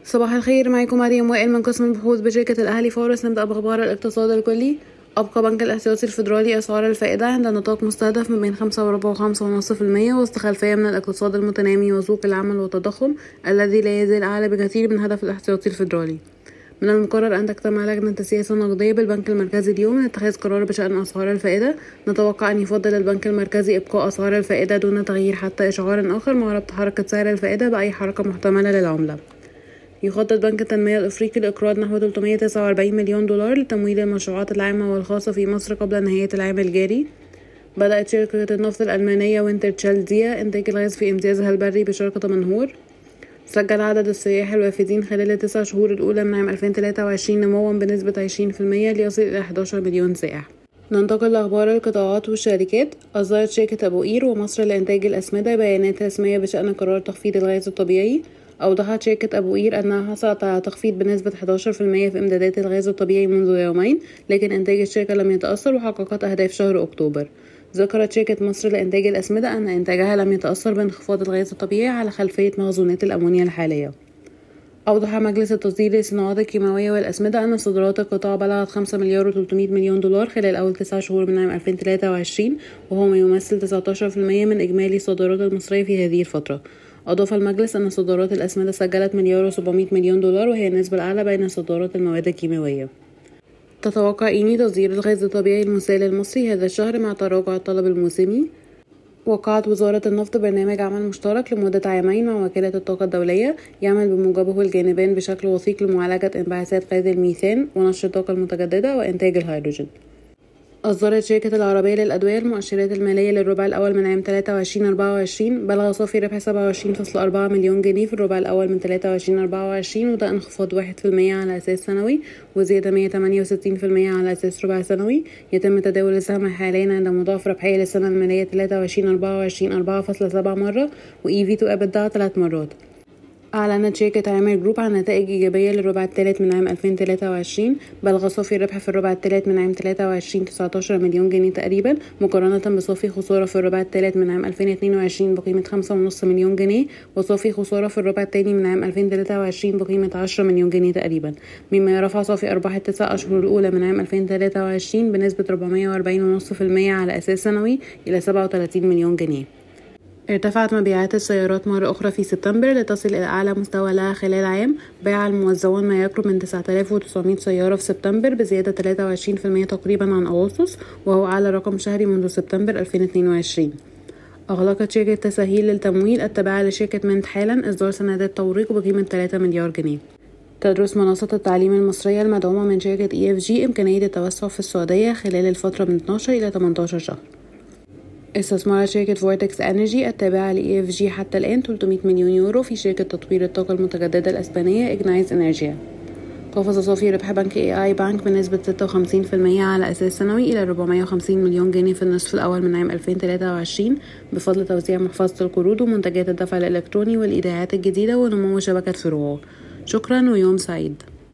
صباح الخير، معكم مريم وائل من قسم البحوث بشركة الأهلي فورس. نبدأ بأخبار الاقتصاد الكلي. أبقى بنك الاحتياطي الفيدرالي أسعار الفائدة عند نطاق مستهدف ما بين 5.4% و5.5%، وسط خلفية من الاقتصاد المتنامي وسوق العمل والتضخم الذي لا يزال أعلى بكثير من هدف الاحتياطي الفيدرالي. من المقرر أن تجتمع لجنة السياسة النقدية بالبنك المركزي اليوم لاتخاذ قرار بشأن أسعار الفائدة. نتوقع أن يفضل البنك المركزي إبقاء أسعار الفائدة دون تغيير حتى إشعار آخر، مع ربط حركة سعر الفائدة بأي حركة محتملة للعملة. يخطط بنك التنمية الأفريقي لإقراض نحو 349 مليون دولار لتمويل المشروعات العامة والخاصة في مصر قبل نهاية العام الجاري. بدأت شركة النفط الألمانية وينترشالزيا إنتاج الغاز في امتيازها البري بشركة منهور. سجل عدد السياح الوافدين خلال 9 شهور الأولى من عام 2023 نموا بنسبة 20% ليصل إلى 11 مليون سائح. ننتقل لأخبار القطاعات والشركات. أصدرت شركة أبو قير ومصر لإنتاج الأسمدة بيانات رسمية بشأن قرار تخفيض الغاز الطبيعي. أوضحت شركة أبو قير أنها حصلت على تخفيض بنسبة 11% في إمدادات الغاز الطبيعي منذ يومين، لكن إنتاج الشركة لم يتأثر وحققت أهداف شهر أكتوبر. ذكرت شركة مصر لإنتاج الأسمدة أن إنتاجها لم يتأثر بانخفاض الغاز الطبيعي على خلفية مخزونات الأمونيا الحالية. أوضح مجلس التصدير للصناعات الكيماوية والأسمدة أن صادرات القطاع بلغت 5 مليار و300 مليون دولار خلال أول 9 شهور من عام 2023، وهو ما يمثل 19% من إجمالي الصادرات المصرية في هذه الفترة. أضاف المجلس أن صادرات الأسمدة سجلت 1.7 مليار دولار، وهي النسبة الأعلى بين صادرات المواد الكيماوية. تتوقع إيني تصدير الغاز الطبيعي المسال المصري هذا الشهر مع تراجع الطلب الموسمي. وقعت وزارة النفط برنامج عمل مشترك لمدة عامين مع وكالة الطاقة الدولية يعمل بموجبه الجانبان بشكل وثيق لمعالجة انبعاثات غاز الميثان ونشر الطاقة المتجددة وإنتاج الهيدروجين. أصدرت شركة العربية للأدوية المؤشرات المالية للربع الأول من عام 23-24. بلغ صافي ربح 27.4 مليون جنيه في الربع الأول من 23-24، وده انخفاض 1% على أساس سنوي وزيادة 168% على أساس ربع سنوي. يتم تداول السهم حاليا عند مضاعف ربحية للسنة المالية 23-24 4.7 مرة، وإي في تو EBITDA 3 مرات. أعلنت شركة عامر جروب عن نتائج إيجابية للربع الثالث من عام 2023. بلغ صافي الربح في الربع الثالث من عام 23 19 مليون جنيه تقريبا، مقارنة بصافي خسارة في الربع الثالث من عام 2022 بقيمة 5.5 مليون جنيه، وصافي خسارة في الربع الثاني من عام 2023 بقيمة 10 مليون جنيه تقريبا، مما يرفع صافي أرباح التسع أشهر الأولى من عام 2023 بنسبة 440.5% على أساس سنوي إلى 37 مليون جنيه. ارتفعت مبيعات السيارات مرة أخرى في سبتمبر لتصل إلى أعلى مستوى لها خلال عام. باع الموزعون ما يقرب من 9900 سيارة في سبتمبر بزيادة 23% تقريبا عن أغسطس، وهو أعلى رقم شهري منذ سبتمبر 2022. أغلقت شركة تسهيل للتمويل التابعة لشركة منت حالا إصدار سندات توريق بقيمة 3 مليار جنيه. تدرس منصة التعليم المصرية المدعومة من شركة EFG إمكانية التوسع في السعودية خلال الفترة من 12 إلى 18 شهر. استثمرت شركة فورتكس انرجي التابعة لEFG حتى الآن 300 مليون يورو في شركة تطوير الطاقة المتجددة الأسبانية إجنايز إنرجيا. قفز صافي ربح بنك AI بانك بنسبة 56% على أساس سنوي إلى 450 مليون جنيه في النصف الأول من عام 2023 بفضل توزيع محفظة القروض ومنتجات الدفع الإلكتروني والإيداعات الجديدة ونمو شبكة فروعه. شكرا ويوم سعيد.